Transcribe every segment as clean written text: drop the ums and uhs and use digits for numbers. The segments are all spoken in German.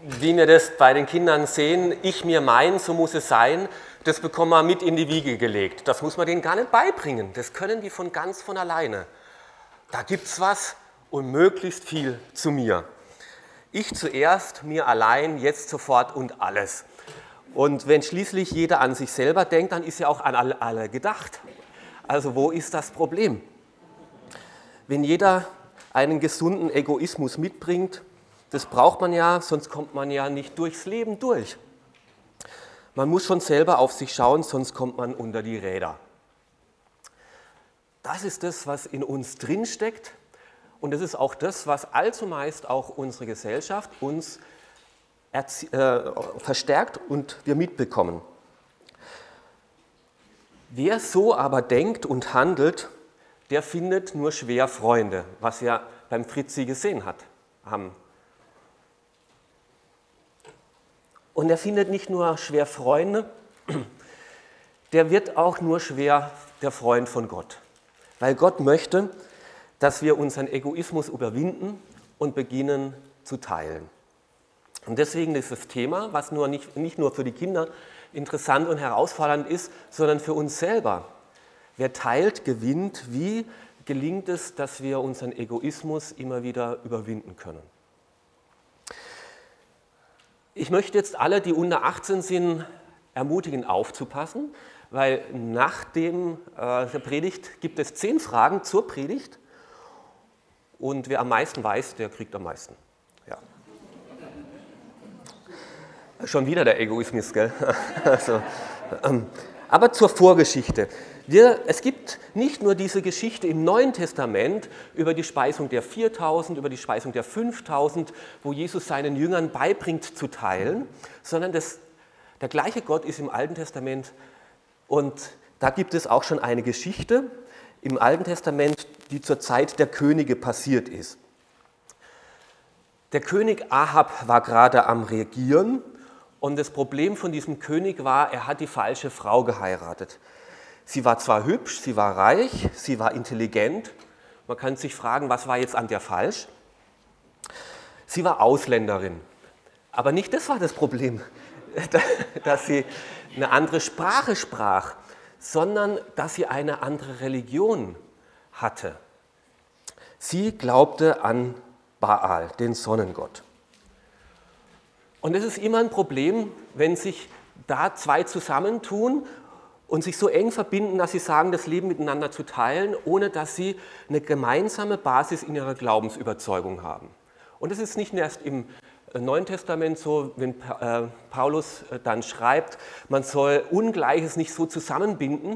wie wir das bei den Kindern sehen, ich mir mein, so muss es sein, das bekommen wir mit in die Wiege gelegt. Das muss man denen gar nicht beibringen. Das können die von ganz von alleine. Da gibt es was und möglichst viel zu mir. Ich zuerst, mir allein, jetzt sofort und alles. Und wenn schließlich jeder an sich selber denkt, dann ist ja auch an alle gedacht. Also wo ist das Problem? Wenn jeder einen gesunden Egoismus mitbringt, das braucht man ja, sonst kommt man ja nicht durchs Leben durch. Man muss schon selber auf sich schauen, sonst kommt man unter die Räder. Das ist das, was in uns drinsteckt und das ist auch das, was allzu meist auch unsere Gesellschaft uns verstärkt und wir mitbekommen. Wer so aber denkt und handelt, der findet nur schwer Freunde, was wir beim Fritzi gesehen haben. Und er findet nicht nur schwer Freunde, der wird auch nur schwer der Freund von Gott. Weil Gott möchte, dass wir unseren Egoismus überwinden und beginnen zu teilen. Und deswegen ist das Thema, was nicht nur für die Kinder interessant und herausfordernd ist, sondern für uns selber. Wer teilt, gewinnt. Wie gelingt es, dass wir unseren Egoismus immer wieder überwinden können? Ich möchte jetzt alle, die unter 18 sind, ermutigen, aufzupassen, weil nach der Predigt gibt es 10 Fragen zur Predigt und wer am meisten weiß, der kriegt am meisten. Ja. Schon wieder der Egoismus, gell? Also, aber zur Vorgeschichte. Es gibt nicht nur diese Geschichte im Neuen Testament über die Speisung der 4.000, über die Speisung der 5.000, wo Jesus seinen Jüngern beibringt zu teilen, sondern der gleiche Gott ist im Alten Testament und da gibt es auch schon eine Geschichte im Alten Testament, die zur Zeit der Könige passiert ist. Der König Ahab war gerade am Regieren und das Problem von diesem König war, er hat die falsche Frau geheiratet. Sie war zwar hübsch, sie war reich, sie war intelligent. Man kann sich fragen, was war jetzt an der falsch? Sie war Ausländerin. Aber nicht das war das Problem, dass sie eine andere Sprache sprach, sondern dass sie eine andere Religion hatte. Sie glaubte an Baal, den Sonnengott. Und es ist immer ein Problem, wenn sich da zwei zusammentun und sich so eng verbinden, dass sie sagen, das Leben miteinander zu teilen, ohne dass sie eine gemeinsame Basis in ihrer Glaubensüberzeugung haben. Und das ist nicht erst im Neuen Testament so, wenn Paulus dann schreibt, man soll Ungleiches nicht so zusammenbinden.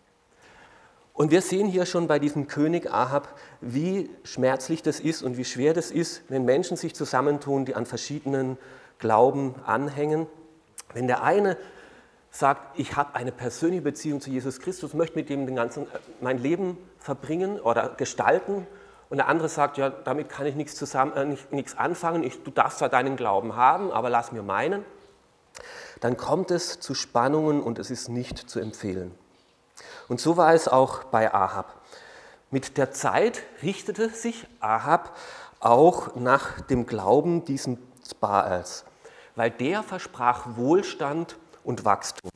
Und wir sehen hier schon bei diesem König Ahab, wie schmerzlich das ist und wie schwer das ist, wenn Menschen sich zusammentun, die an verschiedenen Glauben anhängen. Wenn der eine sagt, ich habe eine persönliche Beziehung zu Jesus Christus, möchte mit dem mein Leben verbringen oder gestalten, und der andere sagt, ja, damit kann ich nichts anfangen, du darfst zwar deinen Glauben haben, aber lass mir meinen, dann kommt es zu Spannungen und es ist nicht zu empfehlen. Und so war es auch bei Ahab. Mit der Zeit richtete sich Ahab auch nach dem Glauben dieses Baals, weil der versprach Wohlstand und Wachstum.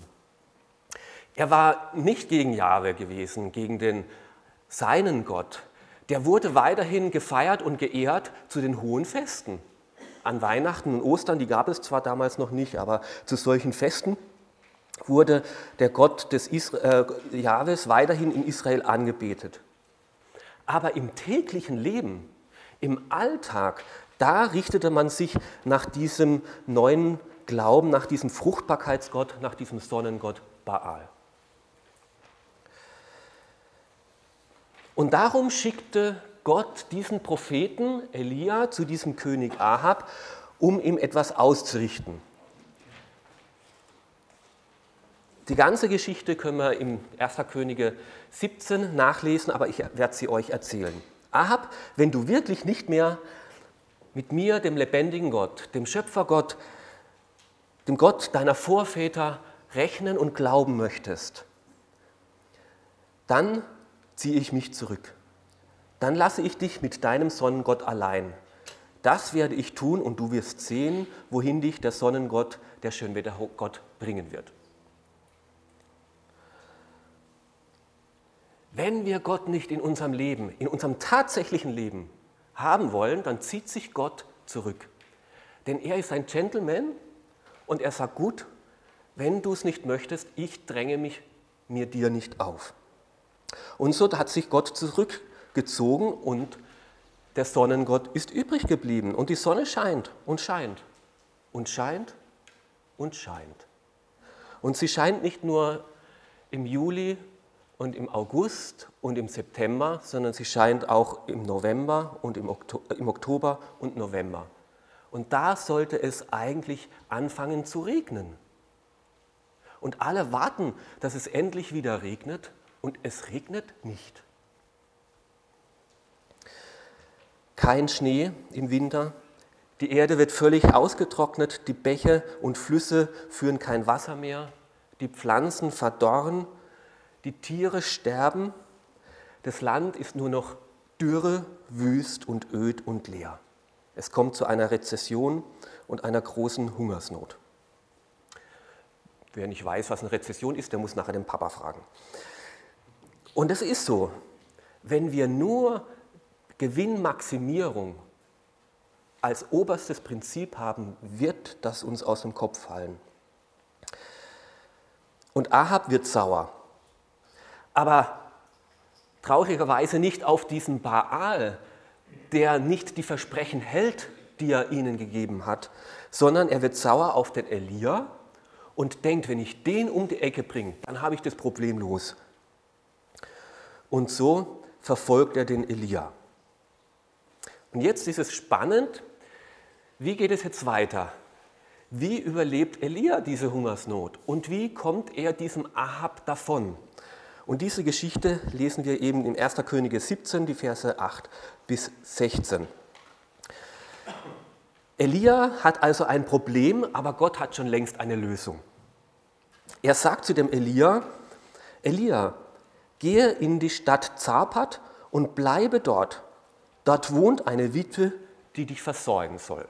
Er war nicht gegen Jahwe gewesen, gegen seinen Gott. Der wurde weiterhin gefeiert und geehrt zu den hohen Festen. An Weihnachten und Ostern, die gab es zwar damals noch nicht, aber zu solchen Festen wurde der Gott des Jahwes weiterhin in Israel angebetet. Aber im täglichen Leben, im Alltag, da richtete man sich nach diesem neuen Glauben, nach diesem Fruchtbarkeitsgott, nach diesem Sonnengott Baal. Und darum schickte Gott diesen Propheten Elia zu diesem König Ahab, um ihm etwas auszurichten. Die ganze Geschichte können wir im 1. Könige 17 nachlesen, aber ich werde sie euch erzählen. Ahab, wenn du wirklich nicht mehr mit mir, dem lebendigen Gott, dem Schöpfergott, dem Gott deiner Vorväter rechnen und glauben möchtest, dann ziehe ich mich zurück. Dann lasse ich dich mit deinem Sonnengott allein. das werde ich tun und du wirst sehen, wohin dich der Sonnengott, der Schönwettergott bringen wird. Wenn wir Gott nicht in unserem Leben, in unserem tatsächlichen Leben haben wollen, dann zieht sich Gott zurück. Denn er ist ein Gentleman und er sagt, gut, wenn du es nicht möchtest, ich dränge mir dir nicht auf. Und so hat sich Gott zurückgezogen und der Sonnengott ist übrig geblieben. Und die Sonne scheint und scheint und scheint und scheint. Und sie scheint nicht nur im Juli und im August und im September, sondern sie scheint auch im November und im Oktober und November. Und da sollte es eigentlich anfangen zu regnen. Und alle warten, dass es endlich wieder regnet und es regnet nicht. Kein Schnee im Winter, die Erde wird völlig ausgetrocknet, die Bäche und Flüsse führen kein Wasser mehr, die Pflanzen verdorren, die Tiere sterben, das Land ist nur noch dürre, wüst und öd und leer. Es kommt zu einer Rezession und einer großen Hungersnot. Wer nicht weiß, was eine Rezession ist, der muss nachher den Papa fragen. Und es ist so, wenn wir nur Gewinnmaximierung als oberstes Prinzip haben, wird das uns aus dem Kopf fallen. Und Ahab wird sauer. Aber traurigerweise nicht auf diesen Baal, der nicht die Versprechen hält, die er ihnen gegeben hat, sondern er wird sauer auf den Elia und denkt, wenn ich den um die Ecke bringe, dann habe ich das Problem los. Und so verfolgt er den Elia. Und jetzt ist es spannend, wie geht es jetzt weiter? Wie überlebt Elia diese Hungersnot und wie kommt er diesem Ahab davon? Und diese Geschichte lesen wir eben in 1. Könige 17, die Verse 8 bis 16. Elia hat also ein Problem, aber Gott hat schon längst eine Lösung. Er sagt zu dem Elia, Elia, gehe in die Stadt Zarpat und bleibe dort. Dort wohnt eine Witwe, die dich versorgen soll.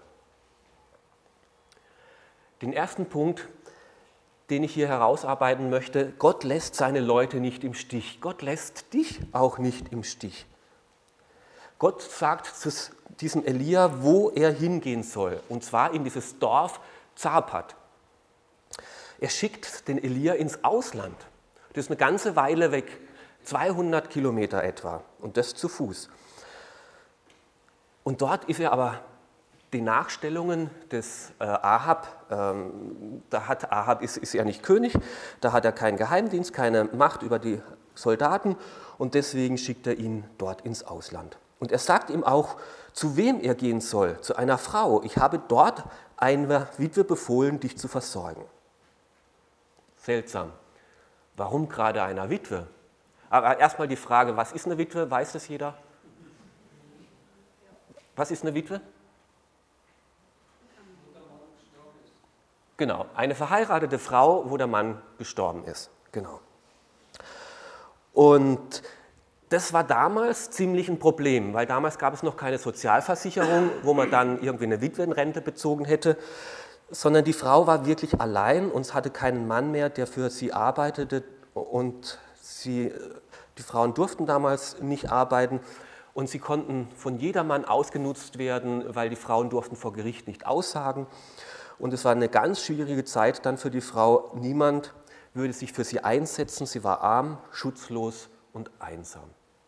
Den ersten Punkt, den ich hier herausarbeiten möchte, Gott lässt seine Leute nicht im Stich. Gott lässt dich auch nicht im Stich. Gott sagt zu diesem Elia, wo er hingehen soll, und zwar in dieses Dorf Zarpat. Er schickt den Elia ins Ausland. Das ist eine ganze Weile weg, 200 Kilometer etwa, und das zu Fuß. Und dort ist er aber die Nachstellungen des Ahab, Ahab ist ja nicht König, da hat er keinen Geheimdienst, keine Macht über die Soldaten und deswegen schickt er ihn dort ins Ausland. Und er sagt ihm auch, zu wem er gehen soll, zu einer Frau. Ich habe dort einer Witwe befohlen, dich zu versorgen. Seltsam. Warum gerade einer Witwe? Aber erstmal die Frage, was ist eine Witwe? Weiß das jeder? Was ist eine Witwe? Genau, eine verheiratete Frau, wo der Mann gestorben ist. Genau. Und das war damals ziemlich ein Problem, weil damals gab es noch keine Sozialversicherung, wo man dann irgendwie eine Witwenrente bezogen hätte, sondern die Frau war wirklich allein und hatte keinen Mann mehr, der für sie arbeitete und die Frauen durften damals nicht arbeiten und sie konnten von jedermann ausgenutzt werden, weil die Frauen durften vor Gericht nicht aussagen. Und es war eine ganz schwierige Zeit dann für die Frau. Niemand würde sich für sie einsetzen. Sie war arm, schutzlos und einsam.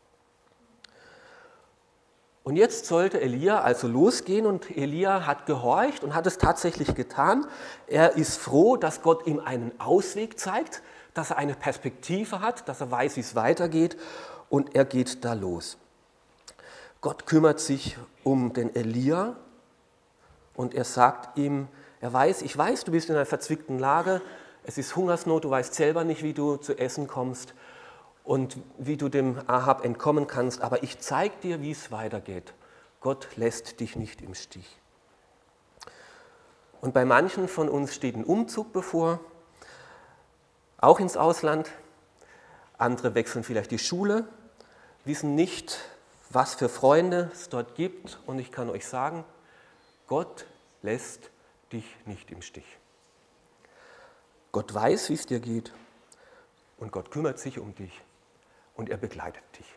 Und jetzt sollte Elia also losgehen und Elia hat gehorcht und hat es tatsächlich getan. Er ist froh, dass Gott ihm einen Ausweg zeigt, dass er eine Perspektive hat, dass er weiß, wie es weitergeht und er geht da los. Gott kümmert sich um den Elia und er sagt ihm, ich weiß, du bist in einer verzwickten Lage, es ist Hungersnot, du weißt selber nicht, wie du zu essen kommst und wie du dem Ahab entkommen kannst, aber ich zeige dir, wie es weitergeht. Gott lässt dich nicht im Stich. Und bei manchen von uns steht ein Umzug bevor, auch ins Ausland. Andere wechseln vielleicht die Schule, wissen nicht, was für Freunde es dort gibt. Und ich kann euch sagen, Gott lässt dich nicht im Stich. Gott weiß, wie es dir geht und Gott kümmert sich um dich und er begleitet dich.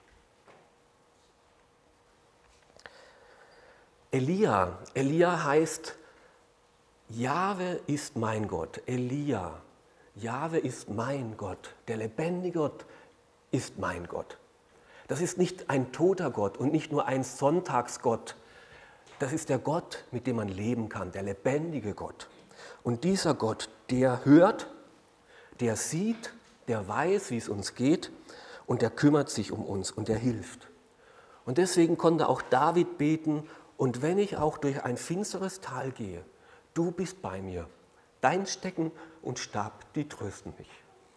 Elia heißt, Jahwe ist mein Gott. Elia, Jahwe ist mein Gott. Der lebendige Gott ist mein Gott. Das ist nicht ein toter Gott und nicht nur ein Sonntagsgott. Das ist der Gott, mit dem man leben kann, der lebendige Gott. Und dieser Gott, der hört, der sieht, der weiß, wie es uns geht und der kümmert sich um uns und der hilft. Und deswegen konnte auch David beten, und wenn ich auch durch ein finsteres Tal gehe, du bist bei mir. Dein Stecken und Stab, die trösten mich.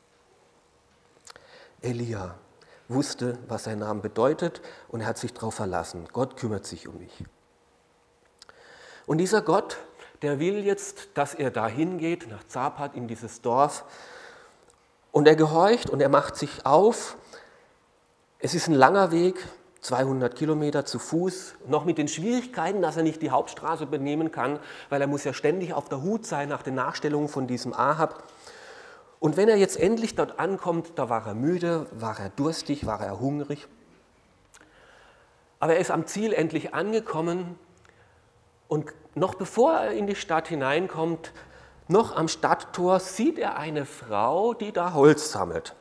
Elia wusste, was sein Name bedeutet und er hat sich darauf verlassen. Gott kümmert sich um mich. Und dieser Gott, der will jetzt, dass er da hingeht, nach Zapat in dieses Dorf. Und er gehorcht und er macht sich auf. Es ist ein langer Weg, 200 Kilometer zu Fuß, noch mit den Schwierigkeiten, dass er nicht die Hauptstraße benehmen kann, weil er muss ja ständig auf der Hut sein nach den Nachstellungen von diesem Ahab. Und wenn er jetzt endlich dort ankommt, da war er müde, war er durstig, war er hungrig. Aber er ist am Ziel endlich angekommen und noch bevor er in die Stadt hineinkommt, noch am Stadttor sieht er eine Frau, die da Holz sammelt.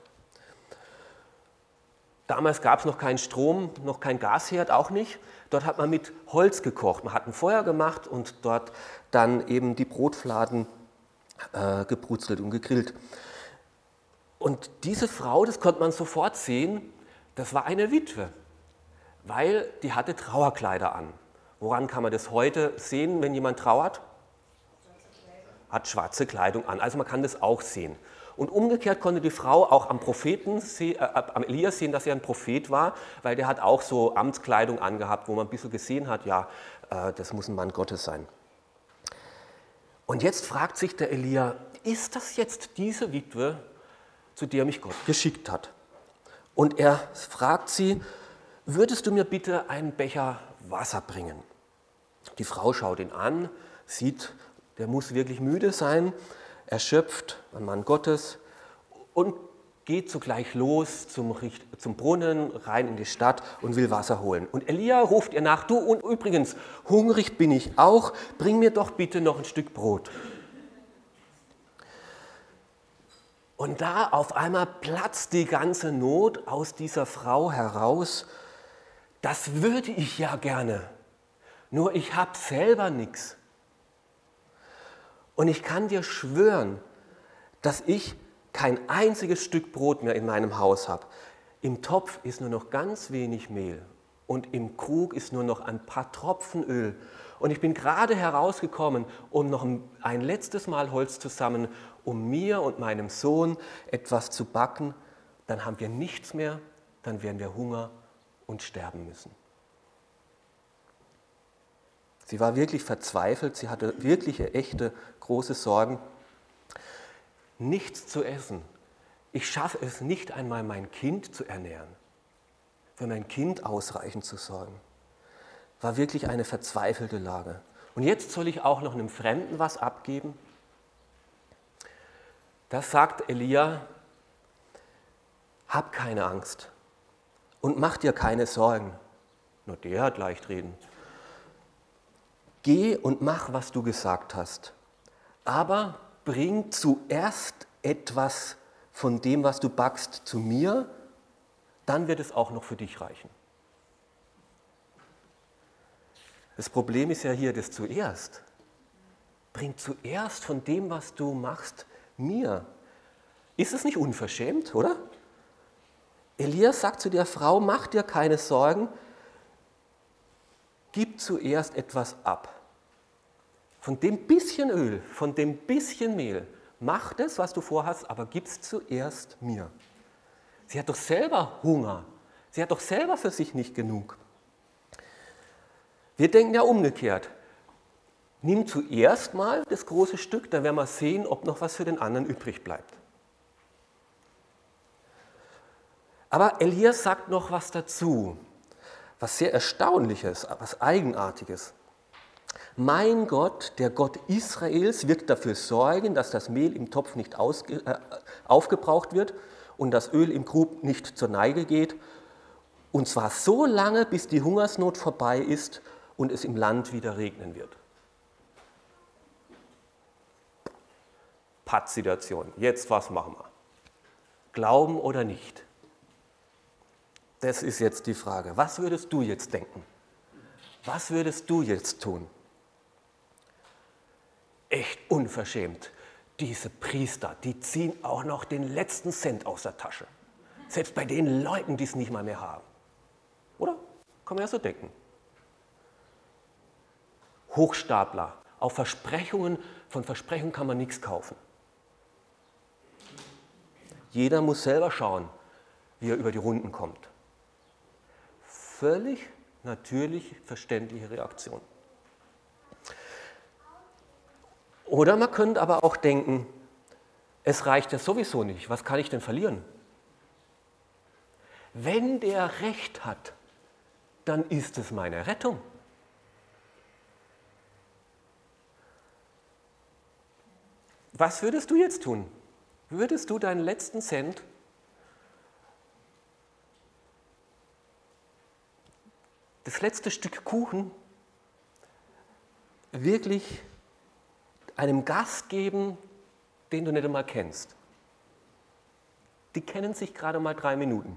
Damals gab es noch keinen Strom, noch kein Gasherd, auch nicht. Dort hat man mit Holz gekocht. Man hat ein Feuer gemacht und dort dann eben die Brotfladen gebrutzelt und gegrillt. Und diese Frau, das konnte man sofort sehen, das war eine Witwe, weil die hatte Trauerkleider an. Woran kann man das heute sehen, wenn jemand trauert? Hat schwarze Kleidung an, also man kann das auch sehen. Und umgekehrt konnte die Frau auch am am Elia sehen, dass er ein Prophet war, weil der hat auch so Amtskleidung angehabt, wo man ein bisschen gesehen hat, ja, das muss ein Mann Gottes sein. Und jetzt fragt sich der Elia, ist das jetzt diese Witwe, zu der mich Gott geschickt hat? Und er fragt sie, würdest du mir bitte einen Becher Wasser bringen? Die Frau schaut ihn an, sieht, der muss wirklich müde sein, erschöpft, ein Mann Gottes, und geht sogleich los zum Brunnen, rein in die Stadt und will Wasser holen. Und Elia ruft ihr nach, du, und übrigens, hungrig bin ich auch, bring mir doch bitte noch ein Stück Brot. Und da auf einmal platzt die ganze Not aus dieser Frau heraus. Das würde ich ja gerne, nur ich habe selber nichts. Und ich kann dir schwören, dass ich kein einziges Stück Brot mehr in meinem Haus habe. Im Topf ist nur noch ganz wenig Mehl und im Krug ist nur noch ein paar Tropfen Öl. Und ich bin gerade herausgekommen, um noch ein letztes Mal Holz zu sammeln, um mir und meinem Sohn etwas zu backen. Dann haben wir nichts mehr, dann werden wir Hunger und sterben müssen. Sie war wirklich verzweifelt, sie hatte wirkliche, echte, große Sorgen. Nichts zu essen. Ich schaffe es nicht einmal, mein Kind zu ernähren, für mein Kind ausreichend zu sorgen. War wirklich eine verzweifelte Lage. Und jetzt soll ich auch noch einem Fremden was abgeben? Das sagt Elia, hab keine Angst und mach dir keine Sorgen. Nur der hat leicht reden. Geh und mach, was du gesagt hast, aber bring zuerst etwas von dem, was du backst, zu mir, dann wird es auch noch für dich reichen. Das Problem ist ja hier das zuerst. Bring zuerst von dem, was du machst, mir. Ist es nicht unverschämt, oder? Elia sagt zu der Frau, mach dir keine Sorgen, gib zuerst etwas ab. Von dem bisschen Öl, von dem bisschen Mehl, mach das, was du vorhast, aber gib es zuerst mir. Sie hat doch selber Hunger. Sie hat doch selber für sich nicht genug. Wir denken ja umgekehrt. Nimm zuerst mal das große Stück, dann werden wir sehen, ob noch was für den anderen übrig bleibt. Aber Elia sagt noch was dazu. Was sehr Erstaunliches, was Eigenartiges. mein Gott, der Gott Israels, wird dafür sorgen, dass das Mehl im Topf nicht aufgebraucht wird und das Öl im Krug nicht zur Neige geht, und zwar so lange, bis die Hungersnot vorbei ist und es im Land wieder regnen wird. Pattsituation. Jetzt was machen wir? Glauben oder nicht? Das ist jetzt die Frage. Was würdest du jetzt denken? Was würdest du jetzt tun? Echt unverschämt. Diese Priester, die ziehen auch noch den letzten Cent aus der Tasche. Selbst bei den Leuten, die es nicht mal mehr haben. Oder? Kann man ja so denken. Hochstapler. Auf Versprechungen, von Versprechungen kann man nichts kaufen. Jeder muss selber schauen, wie er über die Runden kommt. Völlig natürlich verständliche Reaktion. Oder man könnte aber auch denken, es reicht ja sowieso nicht, was kann ich denn verlieren? Wenn der Recht hat, dann ist es meine Rettung. Was würdest du jetzt tun? Würdest du deinen letzten Cent das letzte Stück Kuchen wirklich einem Gast geben, den du nicht einmal kennst? Die kennen sich gerade mal 3 Minuten.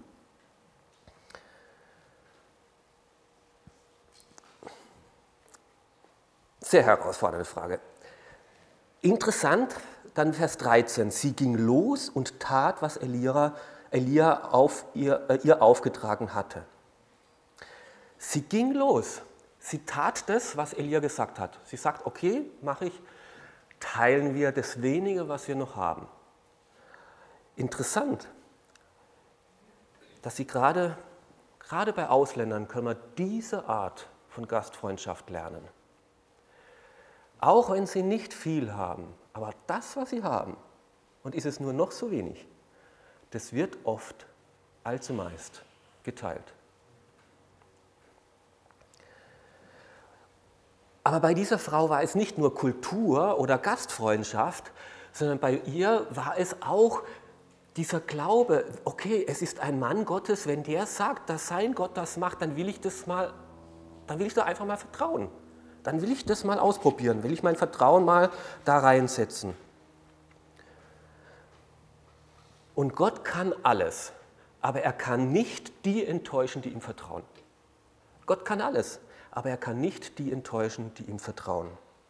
Sehr herausfordernde Frage. Interessant, dann Vers 13. Sie ging los und tat, was Elia ihr aufgetragen hatte. Sie ging los. Sie tat das, was Elia gesagt hat. Sie sagt, okay, mache ich, teilen wir das Wenige, was wir noch haben. Interessant, dass sie gerade bei Ausländern können wir diese Art von Gastfreundschaft lernen. Auch wenn sie nicht viel haben, aber das, was sie haben, und ist es nur noch so wenig, das wird oft, allzu meist, geteilt. Aber bei dieser Frau war es nicht nur Kultur oder Gastfreundschaft, sondern bei ihr war es auch dieser Glaube, okay, es ist ein Mann Gottes, wenn der sagt, dass sein Gott das macht, dann will ich da einfach mal vertrauen. Dann will ich das mal ausprobieren, will ich mein Vertrauen mal da reinsetzen. Und Gott kann alles, aber er kann nicht die enttäuschen, die ihm vertrauen. Gott kann alles, aber er kann nicht die enttäuschen, die ihm vertrauen.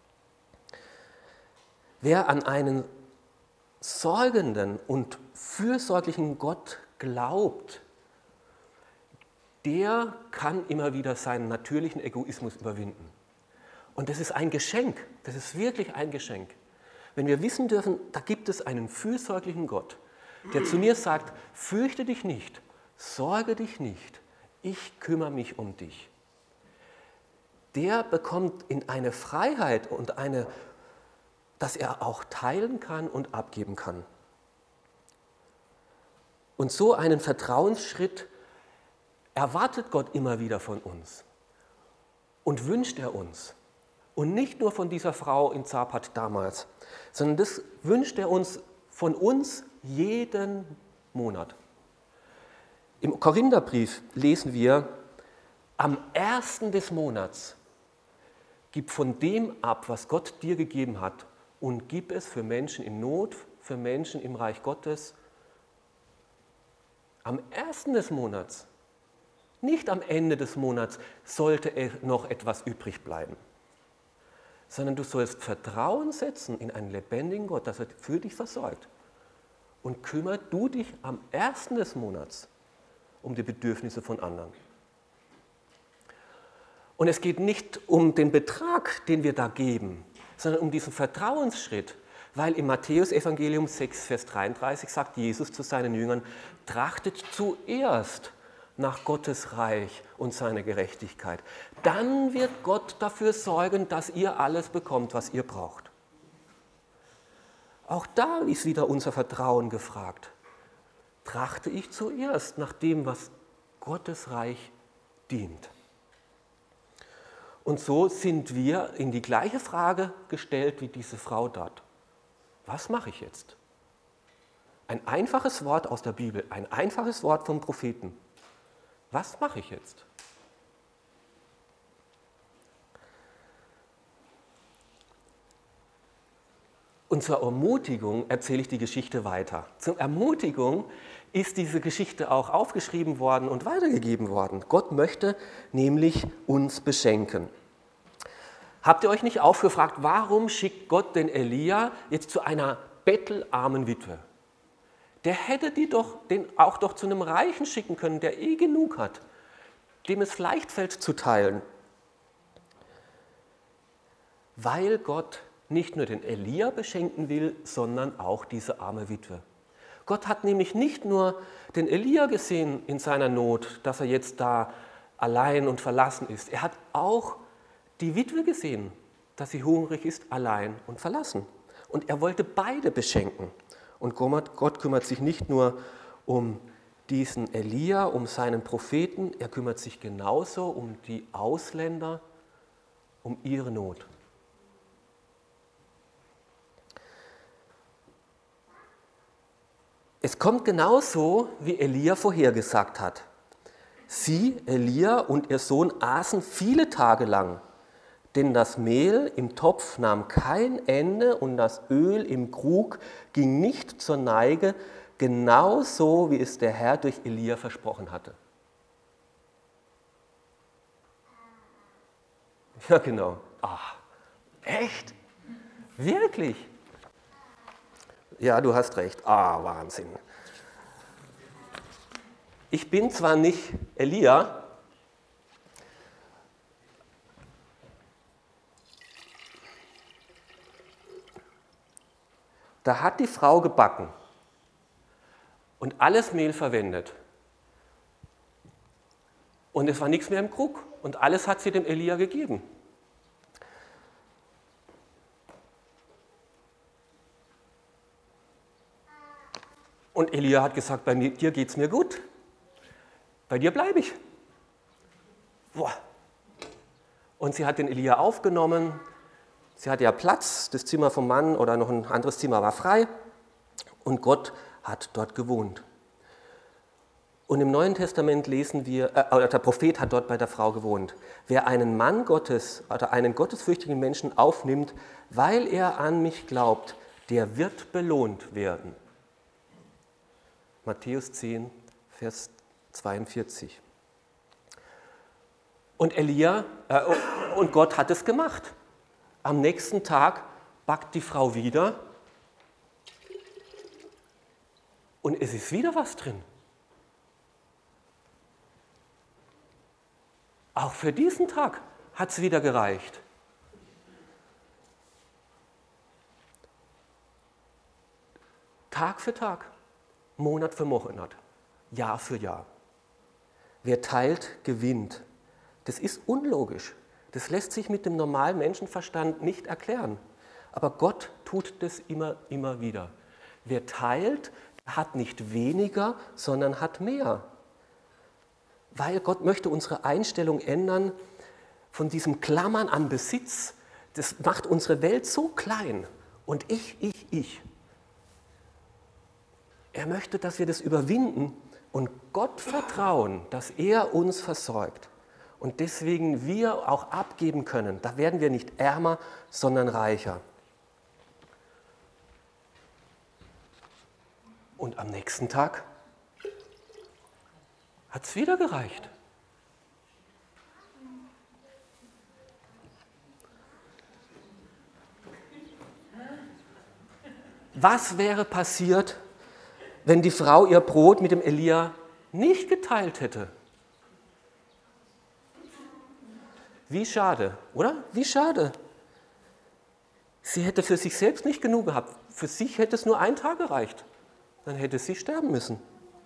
Wer an einen sorgenden und fürsorglichen Gott glaubt, der kann immer wieder seinen natürlichen Egoismus überwinden. Und das ist ein Geschenk, das ist wirklich ein Geschenk. Wenn wir wissen dürfen, da gibt es einen fürsorglichen Gott, der zu mir sagt, fürchte dich nicht, sorge dich nicht, ich kümmere mich um dich. Der bekommt in eine Freiheit und dass er auch teilen kann und abgeben kann. Und so einen Vertrauensschritt erwartet Gott immer wieder von uns und wünscht er uns. Und nicht nur von dieser Frau in Zapat damals, sondern das wünscht er uns von uns jeden Monat. Im Korintherbrief lesen wir, am 1. des Monats gib von dem ab, was Gott dir gegeben hat, und gib es für Menschen in Not, für Menschen im Reich Gottes. Am 1. des Monats, nicht am Ende des Monats, sollte noch etwas übrig bleiben, sondern du sollst Vertrauen setzen in einen lebendigen Gott, dass er für dich versorgt. Und kümmere du dich am 1. des Monats um die Bedürfnisse von anderen. Und es geht nicht um den Betrag, den wir da geben, sondern um diesen Vertrauensschritt, weil im Matthäus-Evangelium 6, Vers 33 sagt Jesus zu seinen Jüngern, trachtet zuerst nach Gottes Reich und seine Gerechtigkeit. Dann wird Gott dafür sorgen, dass ihr alles bekommt, was ihr braucht. Auch da ist wieder unser Vertrauen gefragt. Trachte ich zuerst nach dem, was Gottes Reich dient. Und so sind wir in die gleiche Frage gestellt wie diese Frau dort. Was mache ich jetzt? Ein einfaches Wort aus der Bibel, ein einfaches Wort vom Propheten. Was mache ich jetzt? Und zur Ermutigung erzähle ich die Geschichte weiter. Zur Ermutigung ist diese Geschichte auch aufgeschrieben worden und weitergegeben worden. Gott möchte nämlich uns beschenken. Habt ihr euch nicht aufgefragt, warum schickt Gott den Elia jetzt zu einer bettelarmen Witwe? Der hätte den auch doch zu einem Reichen schicken können, der eh genug hat, dem es leicht fällt zu teilen. Weil Gott nicht nur den Elia beschenken will, sondern auch diese arme Witwe. Gott hat nämlich nicht nur den Elia gesehen in seiner Not, dass er jetzt da allein und verlassen ist. Er hat auch die Witwe gesehen, dass sie hungrig ist, allein und verlassen. Und er wollte beide beschenken. Und Gott kümmert sich nicht nur um diesen Elia, um seinen Propheten, er kümmert sich genauso um die Ausländer, um ihre Not. Es kommt genauso, wie Elia vorhergesagt hat. Sie, Elia und ihr Sohn aßen viele Tage lang, denn das Mehl im Topf nahm kein Ende und das Öl im Krug ging nicht zur Neige, genauso wie es der Herr durch Elia versprochen hatte. Ja, genau. Ach, echt? Wirklich? Ja, du hast recht. Ah, Wahnsinn. Ich bin zwar nicht Elia, da hat die Frau gebacken und alles Mehl verwendet. Und es war nichts mehr im Krug und alles hat sie dem Elia gegeben. Und Elia hat gesagt, bei dir geht es mir gut, bei dir bleibe ich. Boah. Und sie hat den Elia aufgenommen, sie hatte ja Platz, das Zimmer vom Mann oder noch ein anderes Zimmer war frei und Gott hat dort gewohnt. Und im Neuen Testament lesen wir, der Prophet hat dort bei der Frau gewohnt. Wer einen Mann Gottes oder einen gottesfürchtigen Menschen aufnimmt, weil er an mich glaubt, der wird belohnt werden. Matthäus 10, Vers 42. Und Gott hat es gemacht. Am nächsten Tag backt die Frau wieder und es ist wieder was drin. Auch für diesen Tag hat es wieder gereicht. Tag für Tag. Monat für Monat, Jahr für Jahr. Wer teilt, gewinnt. Das ist unlogisch. Das lässt sich mit dem normalen Menschenverstand nicht erklären. Aber Gott tut das immer wieder. Wer teilt, hat nicht weniger, sondern hat mehr. Weil Gott möchte unsere Einstellung ändern von diesem Klammern an Besitz. Das macht unsere Welt so klein. Und ich. Er möchte, dass wir das überwinden und Gott vertrauen, dass er uns versorgt. Und deswegen wir auch abgeben können. Da werden wir nicht ärmer, sondern reicher. Und am nächsten Tag hat es wieder gereicht. Was wäre passiert, wenn die Frau ihr Brot mit dem Elia nicht geteilt hätte? Wie schade, oder? Wie schade. Sie hätte für sich selbst nicht genug gehabt. Für sich hätte es nur ein Tag gereicht. Dann hätte sie sterben müssen.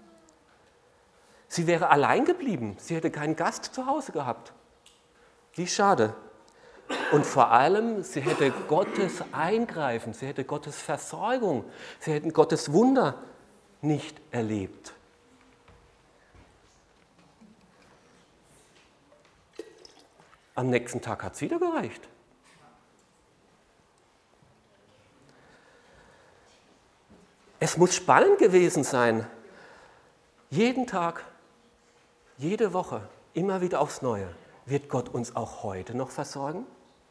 Sie wäre allein geblieben. Sie hätte keinen Gast zu Hause gehabt. Wie schade. Und vor allem, sie hätte Gottes Eingreifen, sie hätte Gottes Versorgung, sie hätten Gottes Wunder nicht erlebt. Am nächsten Tag hat es wieder gereicht. Es muss spannend gewesen sein. Jeden Tag, jede Woche, immer wieder aufs Neue. Wird Gott uns auch heute noch versorgen?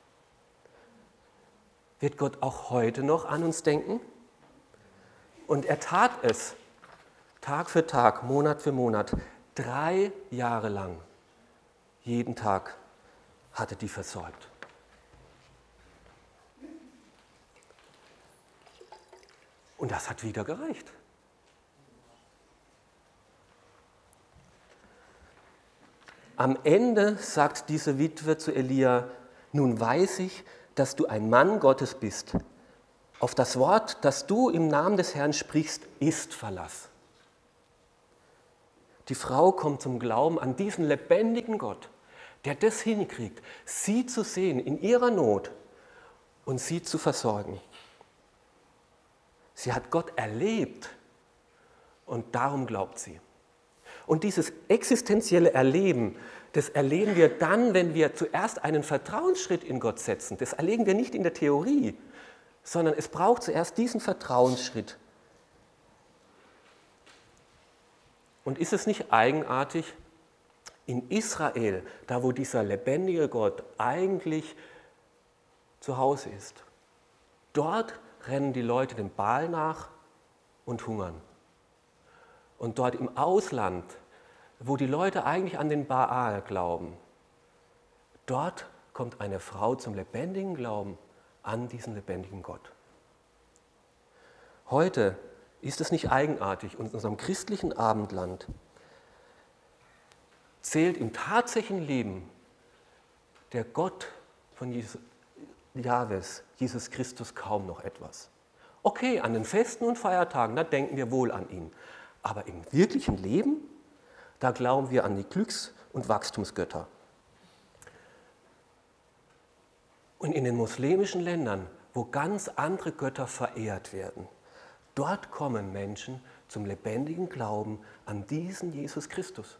Wird Gott auch heute noch an uns denken? Und er tat es, Tag für Tag, Monat für Monat, 3 Jahre lang. Jeden Tag hatte die versorgt. Und das hat wieder gereicht. Am Ende sagt diese Witwe zu Elia, nun weiß ich, dass du ein Mann Gottes bist. Auf das Wort, das du im Namen des Herrn sprichst, ist Verlass. Die Frau kommt zum Glauben an diesen lebendigen Gott, der das hinkriegt, sie zu sehen in ihrer Not und sie zu versorgen. Sie hat Gott erlebt und darum glaubt sie. Und dieses existenzielle Erleben, das erleben wir dann, wenn wir zuerst einen Vertrauensschritt in Gott setzen. Das erleben wir nicht in der Theorie, sondern es braucht zuerst diesen Vertrauensschritt. Und ist es nicht eigenartig, in Israel, da wo dieser lebendige Gott eigentlich zu Hause ist, dort rennen die Leute dem Baal nach und hungern. Und dort im Ausland, wo die Leute eigentlich an den Baal glauben, dort kommt eine Frau zum lebendigen Glauben an diesen lebendigen Gott. Heute ist es nicht eigenartig, in unserem christlichen Abendland zählt im tatsächlichen Leben der Gott von Jahwes, Jesus Christus, kaum noch etwas. Okay, an den Festen und Feiertagen, da denken wir wohl an ihn. Aber im wirklichen Leben, da glauben wir an die Glücks- und Wachstumsgötter. Und in den muslimischen Ländern, wo ganz andere Götter verehrt werden, dort kommen Menschen zum lebendigen Glauben an diesen Jesus Christus.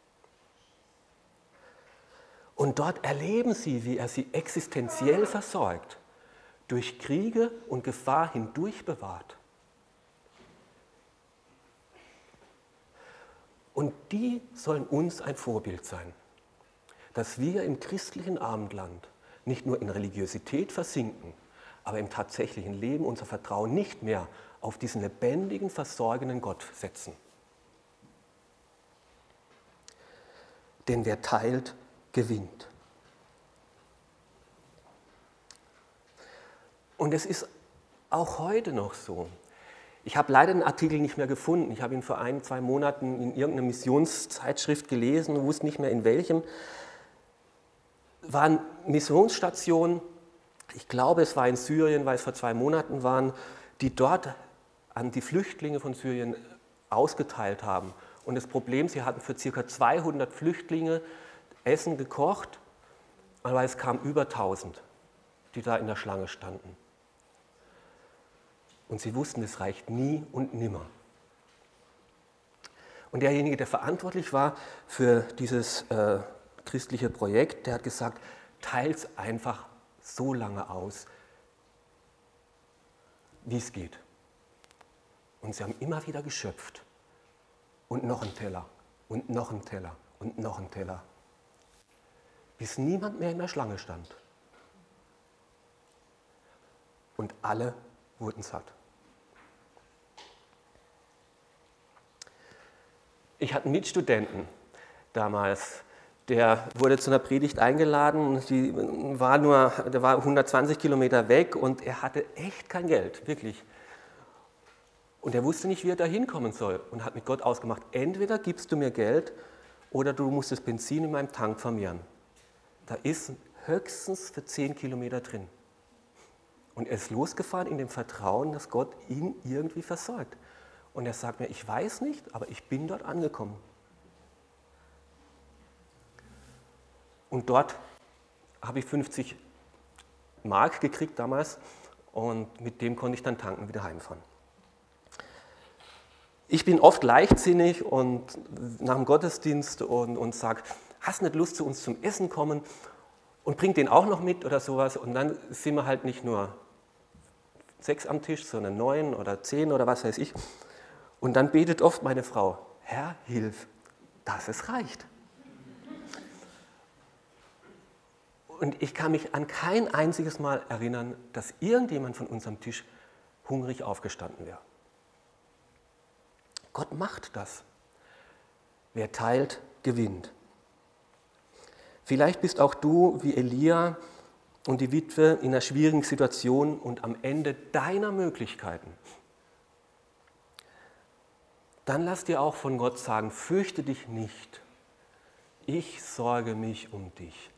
Und dort erleben sie, wie er sie existenziell versorgt, durch Kriege und Gefahr hindurch bewahrt. Und die sollen uns ein Vorbild sein, dass wir im christlichen Abendland nicht nur in Religiosität versinken, aber im tatsächlichen Leben unser Vertrauen nicht mehr auf diesen lebendigen, versorgenden Gott setzen. Denn wer teilt, gewinnt. Und es ist auch heute noch so. Ich habe leider den Artikel nicht mehr gefunden. Ich habe ihn vor 1-2 Monaten in irgendeiner Missionszeitschrift gelesen und wusste nicht mehr in welchem. Waren Missionsstationen, ich glaube es war in Syrien, weil es vor 2 Monaten waren, die dort an die Flüchtlinge von Syrien ausgeteilt haben. Und das Problem, sie hatten für ca. 200 Flüchtlinge Essen gekocht, aber es kamen über 1000, die da in der Schlange standen. Und sie wussten, es reicht nie und nimmer. Und derjenige, der verantwortlich war für dieses christliche Projekt, der hat gesagt, teilt es einfach so lange aus, wie es geht. Und sie haben immer wieder geschöpft. Und noch ein Teller, und noch ein Teller, und noch ein Teller. Bis niemand mehr in der Schlange stand. Und alle wurden satt. Ich hatte einen Mitstudenten damals, der wurde zu einer Predigt eingeladen und der war 120 Kilometer weg und er hatte echt kein Geld, wirklich. Und er wusste nicht, wie er da hinkommen soll und hat mit Gott ausgemacht, entweder gibst du mir Geld oder du musst das Benzin in meinem Tank vermehren. Da ist höchstens für 10 Kilometer drin. Und er ist losgefahren in dem Vertrauen, dass Gott ihn irgendwie versorgt. Und er sagt mir, ich weiß nicht, aber ich bin dort angekommen. Und dort habe ich 50 Mark gekriegt damals und mit dem konnte ich dann tanken, wieder heimfahren. Ich bin oft leichtsinnig und nach dem Gottesdienst und sage, hast nicht Lust, zu uns zum Essen kommen? und bringt den auch noch mit oder sowas. Und dann sind wir halt nicht nur 6 am Tisch, sondern 9 oder 10 oder was weiß ich. Und dann betet oft meine Frau, Herr, hilf, dass es reicht. Und ich kann mich an kein einziges Mal erinnern, dass irgendjemand von unserem Tisch hungrig aufgestanden wäre. Gott macht das. Wer teilt, gewinnt. Vielleicht bist auch du wie Elia und die Witwe in einer schwierigen Situation und am Ende deiner Möglichkeiten. Dann lass dir auch von Gott sagen, fürchte dich nicht. Ich sorge mich um dich.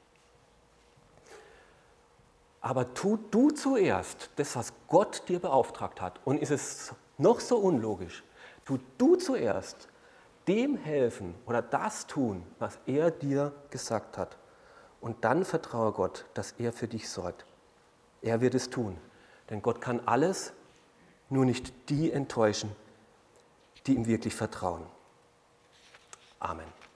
Aber tu du zuerst das, was Gott dir beauftragt hat. Und ist es noch so unlogisch, tu du zuerst dem helfen oder das tun, was er dir gesagt hat. Und dann vertraue Gott, dass er für dich sorgt. Er wird es tun. Denn Gott kann alles, nur nicht die enttäuschen, die ihm wirklich vertrauen. Amen.